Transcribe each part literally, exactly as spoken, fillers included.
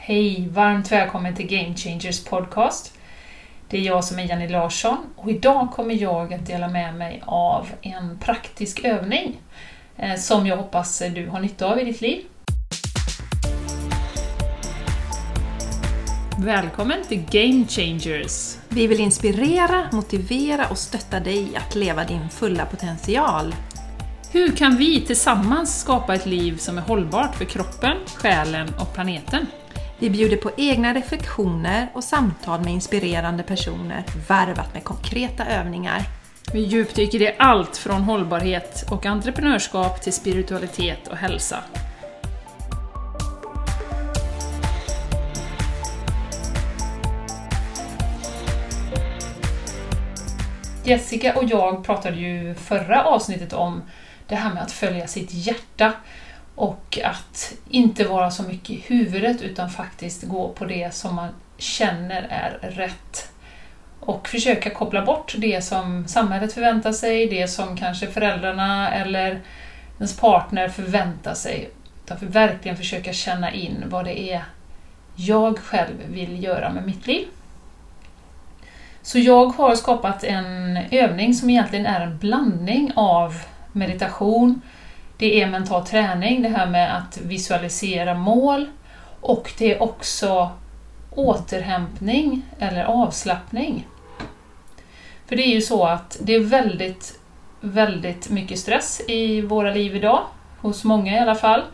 Hej, varmt välkommen till Game Changers podcast. Det är jag som är Jenny Larsson och idag kommer jag att dela med mig av en praktisk övning eh, som jag hoppas du har nytta av i ditt liv. Välkommen till Game Changers. Vi vill inspirera, motivera och stötta dig att leva din fulla potential. Hur kan vi tillsammans skapa ett liv som är hållbart för kroppen, själen och planeten? Vi bjuder på egna reflektioner och samtal med inspirerande personer, varvat med konkreta övningar. Vi djupdyker i allt från hållbarhet och entreprenörskap till spiritualitet och hälsa. Jessica och jag pratade ju förra avsnittet om det här med att följa sitt hjärta och att inte vara så mycket i huvudet utan faktiskt gå på det som man känner är rätt. Och försöka koppla bort det som samhället förväntar sig, det som kanske föräldrarna eller ens partner förväntar sig. Utan verkligen försöka känna in vad det är jag själv vill göra med mitt liv. Så jag har skapat en övning som egentligen är en blandning av meditation, det är mental träning, det här med att visualisera mål, och det är också återhämtning eller avslappning. För det är ju så att det är väldigt, väldigt mycket stress i våra liv idag, hos många i alla fall.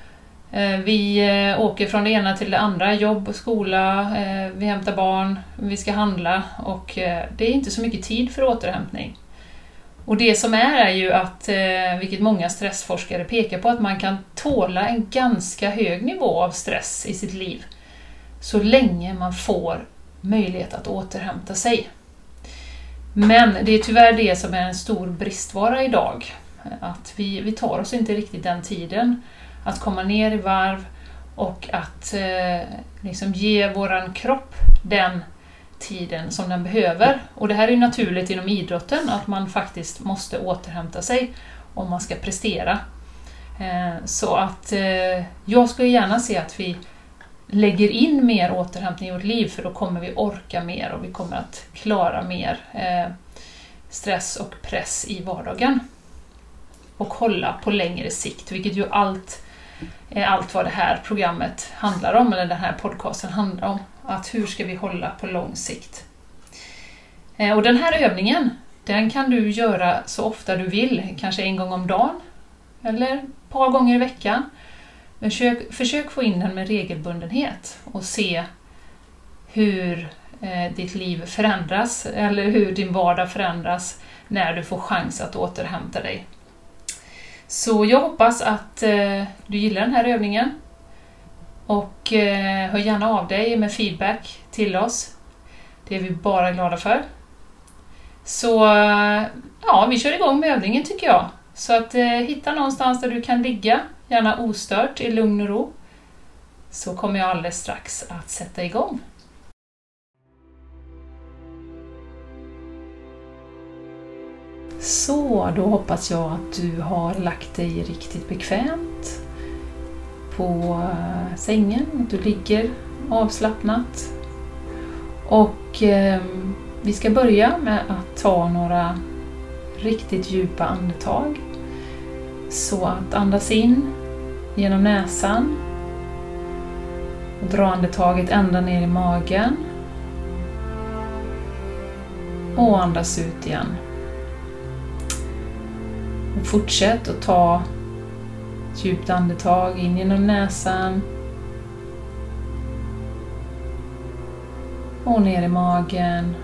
Vi åker från det ena till det andra, jobb, skola, vi hämtar barn, vi ska handla och det är inte så mycket tid för återhämtning. Och det som är är ju att, vilket många stressforskare pekar på, att man kan tåla en ganska hög nivå av stress i sitt liv så länge man får möjlighet att återhämta sig. Men det är tyvärr det som är en stor bristvara idag, att vi, vi tar oss inte riktigt den tiden att komma ner i varv och att eh, liksom ge våran kropp den tiden som den behöver. Och det här är ju naturligt inom idrotten, att man faktiskt måste återhämta sig om man ska prestera. Eh, så att eh, jag skulle gärna se att vi lägger in mer återhämtning i vårt liv, för då kommer vi orka mer och vi kommer att klara mer eh, stress och press i vardagen. Och hålla på längre sikt, vilket ju allt är allt vad det här programmet handlar om, eller den här podcasten handlar om. Att hur ska vi hålla på lång sikt. Och den här övningen, den kan du göra så ofta du vill, kanske en gång om dagen eller ett par gånger i veckan. Men försök, försök få in den med regelbundenhet och se hur eh, ditt liv förändras, eller hur din vardag förändras när du får chans att återhämta dig. Så jag hoppas att eh, du gillar den här övningen och eh, hör gärna av dig med feedback till oss. Det är vi bara glada för. Så eh, ja, vi kör igång med övningen tycker jag. Så att eh, hitta någonstans där du kan ligga, gärna ostört i lugn och ro. Så kommer jag alldeles strax att sätta igång. Så, då hoppas jag att du har lagt dig riktigt bekvämt på sängen, att du ligger avslappnat. Och eh, vi ska börja med att ta några riktigt djupa andetag. Så att andas in genom näsan och dra andetaget ända ner i magen. Och andas ut igen. Och fortsätt att ta ett djupt andetag in genom näsan och ner i magen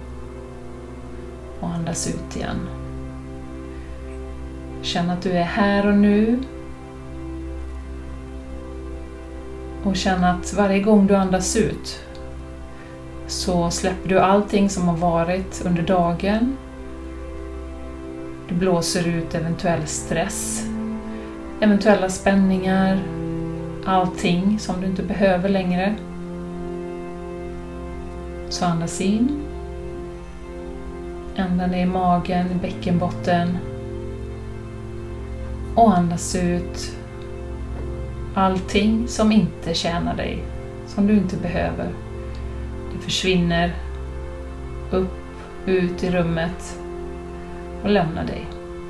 och andas ut igen. Känn att du är här och nu och känn att varje gång du andas ut så släpper du allting som har varit under dagen. Du blåser ut eventuell stress, eventuella spänningar, allting som du inte behöver längre. Så andas in, ända ner i magen, i bäckenbotten. Och andas ut allting som inte tjänar dig, som du inte behöver. Det försvinner upp, ut i rummet och lämnar dig.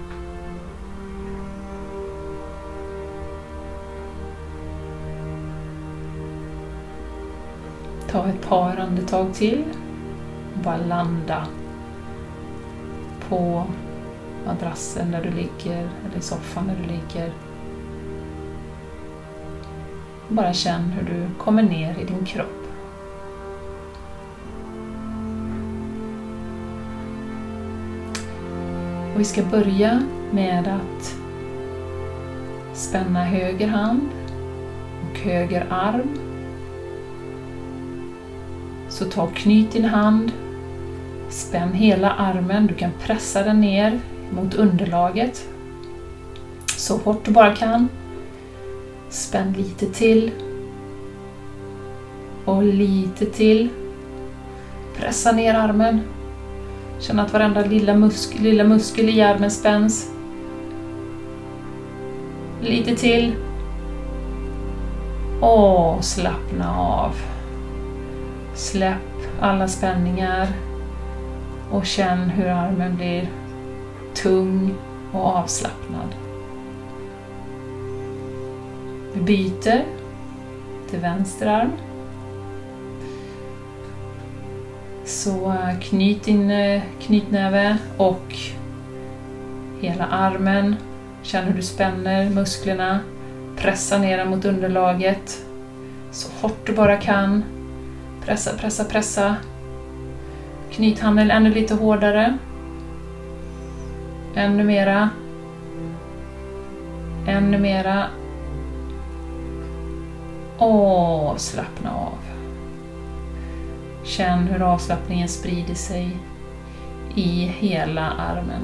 Ta ett par andetag till. Bara landa på madrassen där du ligger eller i soffan där du ligger. Bara känn hur du kommer ner i din kropp. Och vi ska börja med att spänna höger hand och höger arm. Så ta och knyt din hand, spänn hela armen, du kan pressa den ner mot underlaget så hårt du bara kan. Spänn lite till och lite till. Pressa ner armen. Känn att varenda lilla, musk, lilla muskel i armen spänns. Lite till. Och slappna av. Släpp alla spänningar och känn hur armen blir tung och avslappnad. Vi byter till vänster arm. Så knyt din knytnäve och hela armen. Känn hur du spänner musklerna. Pressa ner mot underlaget så hårt du bara kan. Pressa, pressa, pressa. Knyt handen ännu lite hårdare. Ännu mera. Ännu mera. Och slappna av. Känn hur avslappningen sprider sig i hela armen.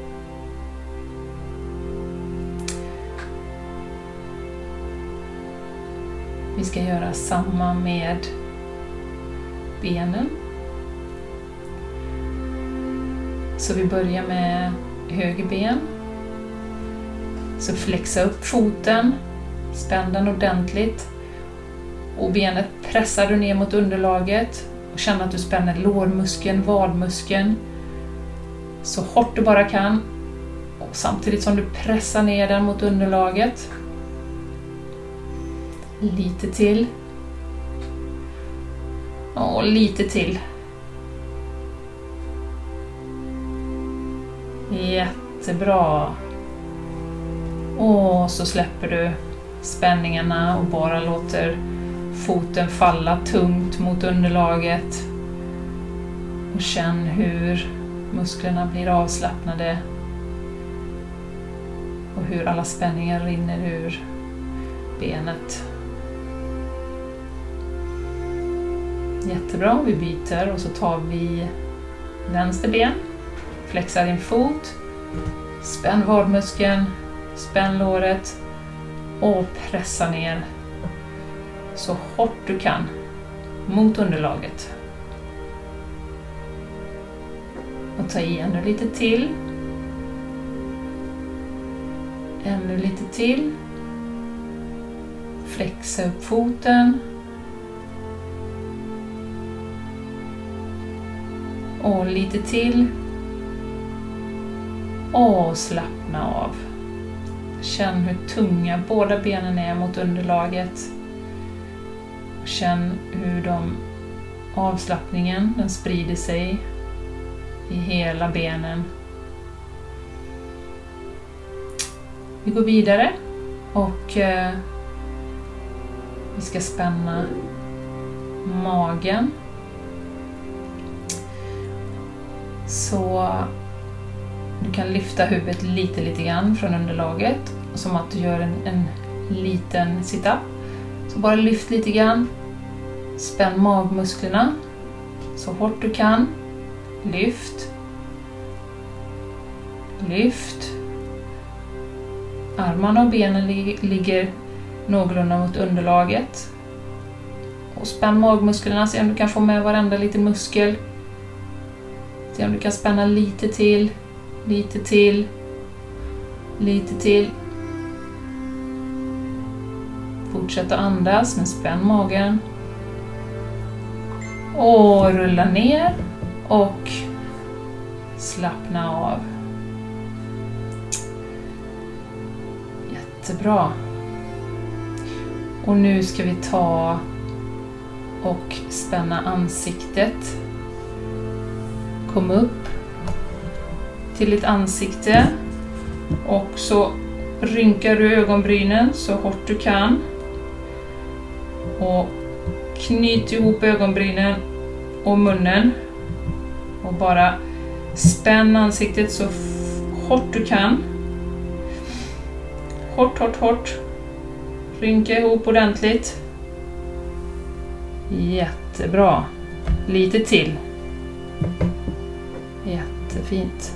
Vi ska göra samma med benen. Så vi börjar med höger ben. Så flexa upp foten, spänn den ordentligt och benet pressar du ner mot underlaget och känner att du spänner lårmuskeln, vadmuskeln så hårt du bara kan och samtidigt som du pressar ner den mot underlaget. Lite till. Och lite till. Jättebra. Och så släpper du spänningarna och bara låter foten falla tungt mot underlaget. Och känn hur musklerna blir avslappnade. Och hur alla spänningar rinner ur benet. Jättebra, vi byter och så tar vi vänster ben. Flexar din fot. Spänn vadmuskeln. Spänn låret. Och pressa ner så hårt du kan mot underlaget. Och ta i ännu lite till. Ännu lite till. Flexa upp foten. Och lite till. Och slappna av. Känn hur tunga båda benen är mot underlaget. Känn hur de, avslappningen den sprider sig i hela benen. Vi går vidare och eh, vi ska spänna magen. Så du kan lyfta huvudet lite lite grann från underlaget som att du gör en, en liten sit-up. Så bara lyft lite grann. Spänn magmusklerna så hårt du kan. Lyft. Lyft. Armarna och benen ligger någorlunda mot underlaget. Och spänn magmusklerna, se om du kan få med varenda liten muskel. Se om du kan spänna lite till, lite till, lite till. Fortsätt att andas, men spänn magen. Och rulla ner och slappna av. Jättebra. Och nu ska vi ta och spänna ansiktet. Kom upp till ditt ansikte och så rynkar du ögonbrynen så hårt du kan. Och knyt ihop ögonbrynen och munnen. Och bara spänn ansiktet så hårt du kan. Hårt, hårt, hårt. Rynka ihop ordentligt. Jättebra. Lite till. Jättefint.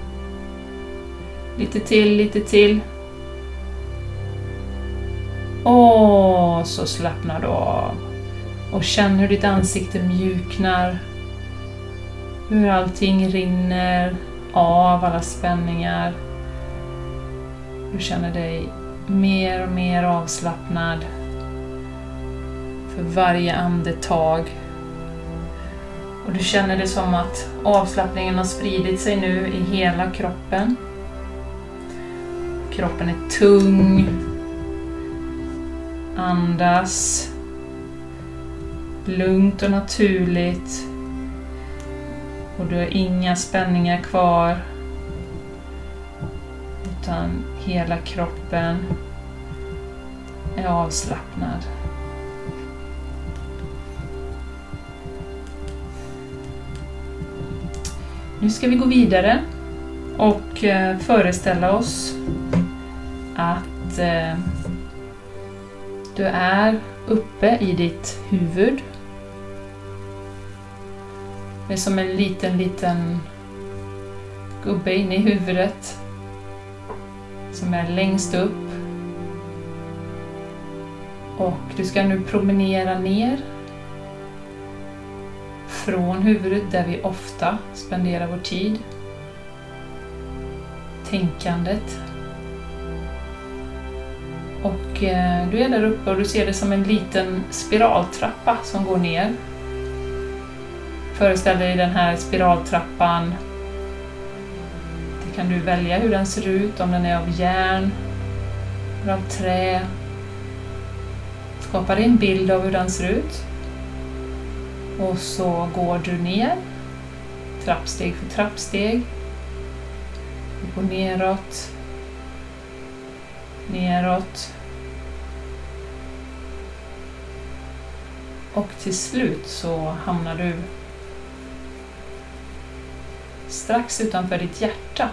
Lite till, lite till. Och så slappnar du av. Och känn hur ditt ansikte mjuknar. Hur allting rinner av, alla spänningar. Du känner dig mer och mer avslappnad för varje andetag. Och du känner det som att avslappningen har spridit sig nu i hela kroppen. Kroppen är tung. Andas. Lugnt och naturligt. Och du har inga spänningar kvar. Utan hela kroppen är avslappnad. Nu ska vi gå vidare och föreställa oss att du är uppe i ditt huvud. Det är som en liten, liten gubbe inne i huvudet som är längst upp. Och du ska nu promenera ner från huvudet där vi ofta spenderar vår tid. Tänkandet. Och eh, du är där uppe och du ser det som en liten spiraltrappa som går ner. Föreställ dig den här spiraltrappan. Det kan du välja hur den ser ut, om den är av järn eller av trä. Skapa dig en bild av hur den ser ut. Och så går du ner, trappsteg för trappsteg. Du går neråt, neråt. Och till slut så hamnar du strax utanför ditt hjärta.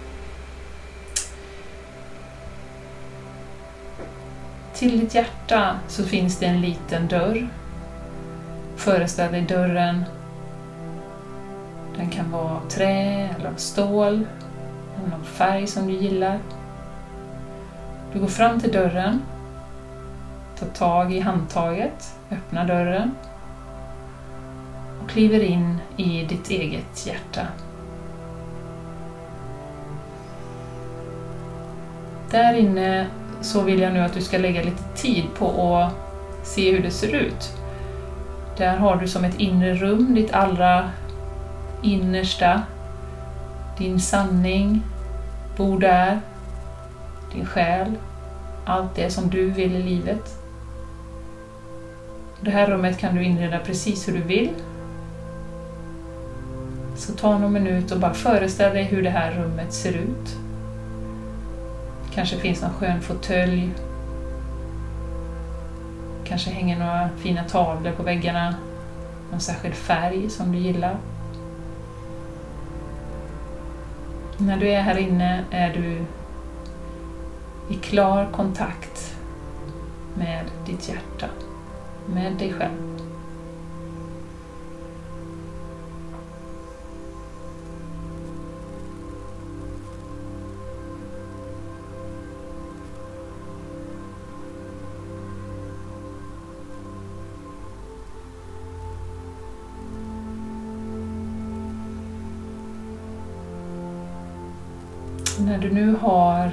Till ditt hjärta så finns det en liten dörr. Föreställ dig dörren. Den kan vara av trä eller av stål. Eller någon färg som du gillar. Du går fram till dörren. Tar tag i handtaget. Öppnar dörren. Och kliver in i ditt eget hjärta. Där inne så vill jag nu att du ska lägga lite tid på att se hur det ser ut. Där har du som ett inre rum, ditt allra innersta. Din sanning bor där. Din själ. Allt det som du vill i livet. Det här rummet kan du inreda precis hur du vill. Så ta någon minut och bara föreställ dig hur det här rummet ser ut. Kanske finns någon skön fåtölj. Kanske hänger några fina tavlor på väggarna. Någon särskild färg som du gillar. När du är här inne är du i klar kontakt med ditt hjärta. Med dig själv. När du nu har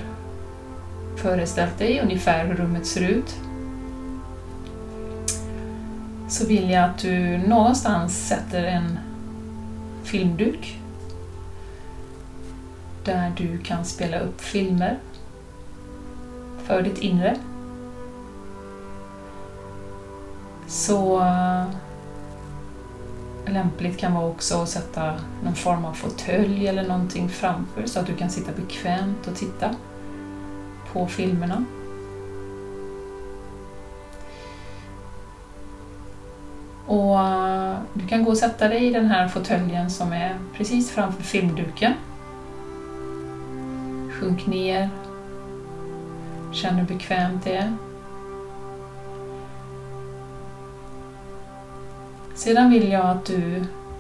föreställt dig ungefär hur rummet ser ut, så vill jag att du någonstans sätter en filmduk där du kan spela upp filmer för ditt inre. Så lämpligt kan vara också att sätta någon form av fåtölj eller någonting framför så att du kan sitta bekvämt och titta på filmerna. Och du kan gå och sätta dig i den här fåtöljen som är precis framför filmduken. Sjunk ner. Känn hur bekvämt det är. Sedan vill jag att du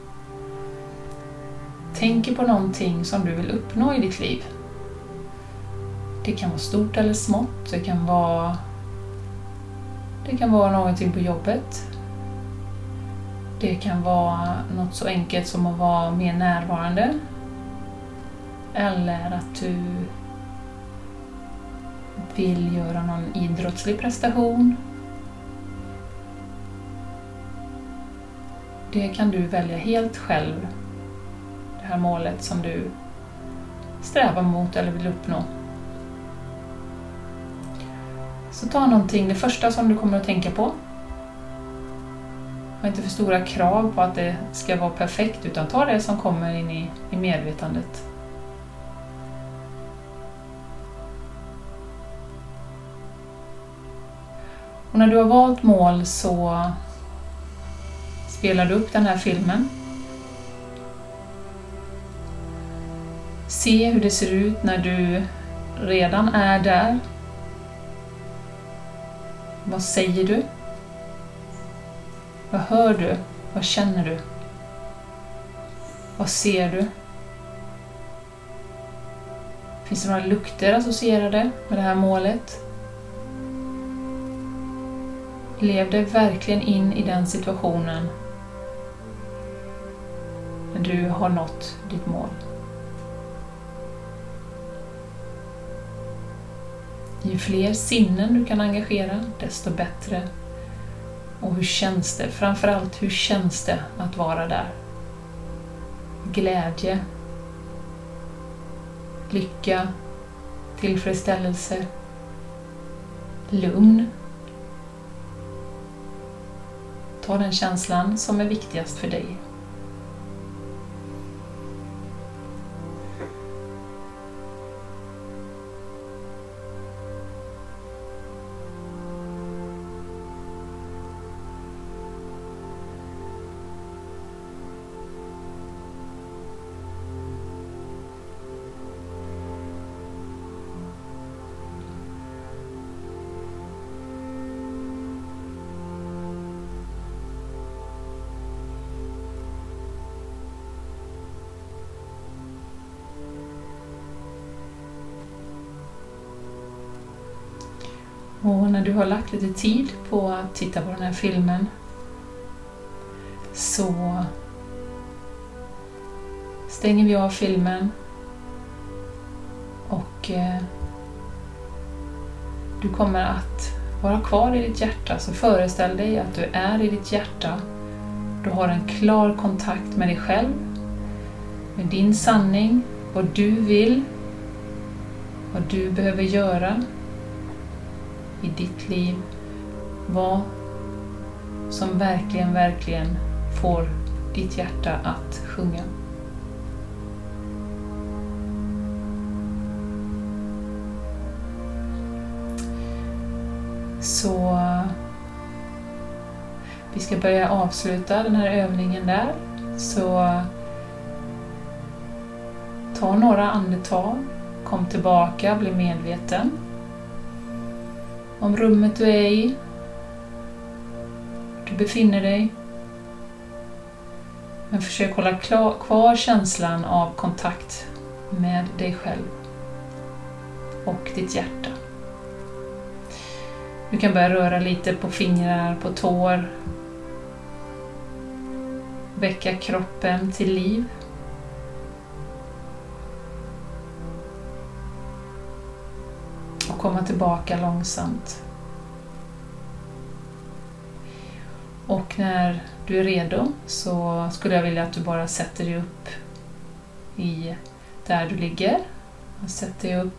tänker på någonting som du vill uppnå i ditt liv. Det kan vara stort eller smått. Det kan vara, det kan vara någonting på jobbet. Det kan vara något så enkelt som att vara mer närvarande. Eller att du vill göra någon idrottslig prestation. Det kan du välja helt själv. Det här målet som du strävar mot eller vill uppnå. Så ta någonting, det första som du kommer att tänka på. Ha inte för stora krav på att det ska vara perfekt, utan ta det som kommer in i, i medvetandet. Och när du har valt mål så spelar du upp den här filmen. Se hur det ser ut när du redan är där. Vad säger du? Vad hör du? Vad känner du? Vad ser du? Finns det några lukter associerade med det här målet? Lev dig verkligen in i den situationen när du har nått ditt mål. Ju fler sinnen du kan engagera, desto bättre. Och hur känns det? Framförallt, hur känns det att vara där? Glädje, lycka, tillfredsställelse, lugn. Ta den känslan som är viktigast för dig. Och när du har lagt lite tid på att titta på den här filmen så stänger vi av filmen och eh, du kommer att vara kvar i ditt hjärta. Så föreställ dig att du är i ditt hjärta. Du har en klar kontakt med dig själv, med din sanning, vad du vill, vad du behöver göra i ditt liv, vad som verkligen, verkligen får ditt hjärta att sjunga. Så vi ska börja avsluta den här övningen där. Så ta några andetag, kom tillbaka, bli medveten om rummet du är i, du befinner dig. Men försök hålla kvar känslan av kontakt med dig själv och ditt hjärta. Du kan börja röra lite på fingrar, på tår. Väcka kroppen till liv. Och komma tillbaka långsamt. Och Och när du är redo så skulle jag vilja att du bara sätter dig upp i där du ligger. Sätt dig upp.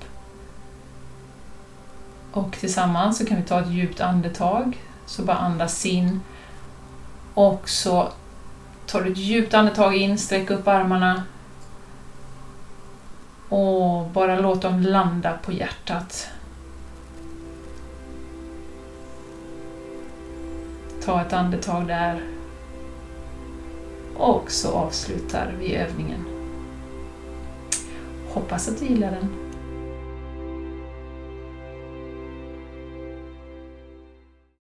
Och tillsammans så kan vi ta ett djupt andetag. Så bara andas in. Och så tar du ett djupt andetag in, sträck upp armarna. Och bara låt dem landa på hjärtat. Ta ett andetag där. Och så avslutar vi övningen. Hoppas att du gillar den.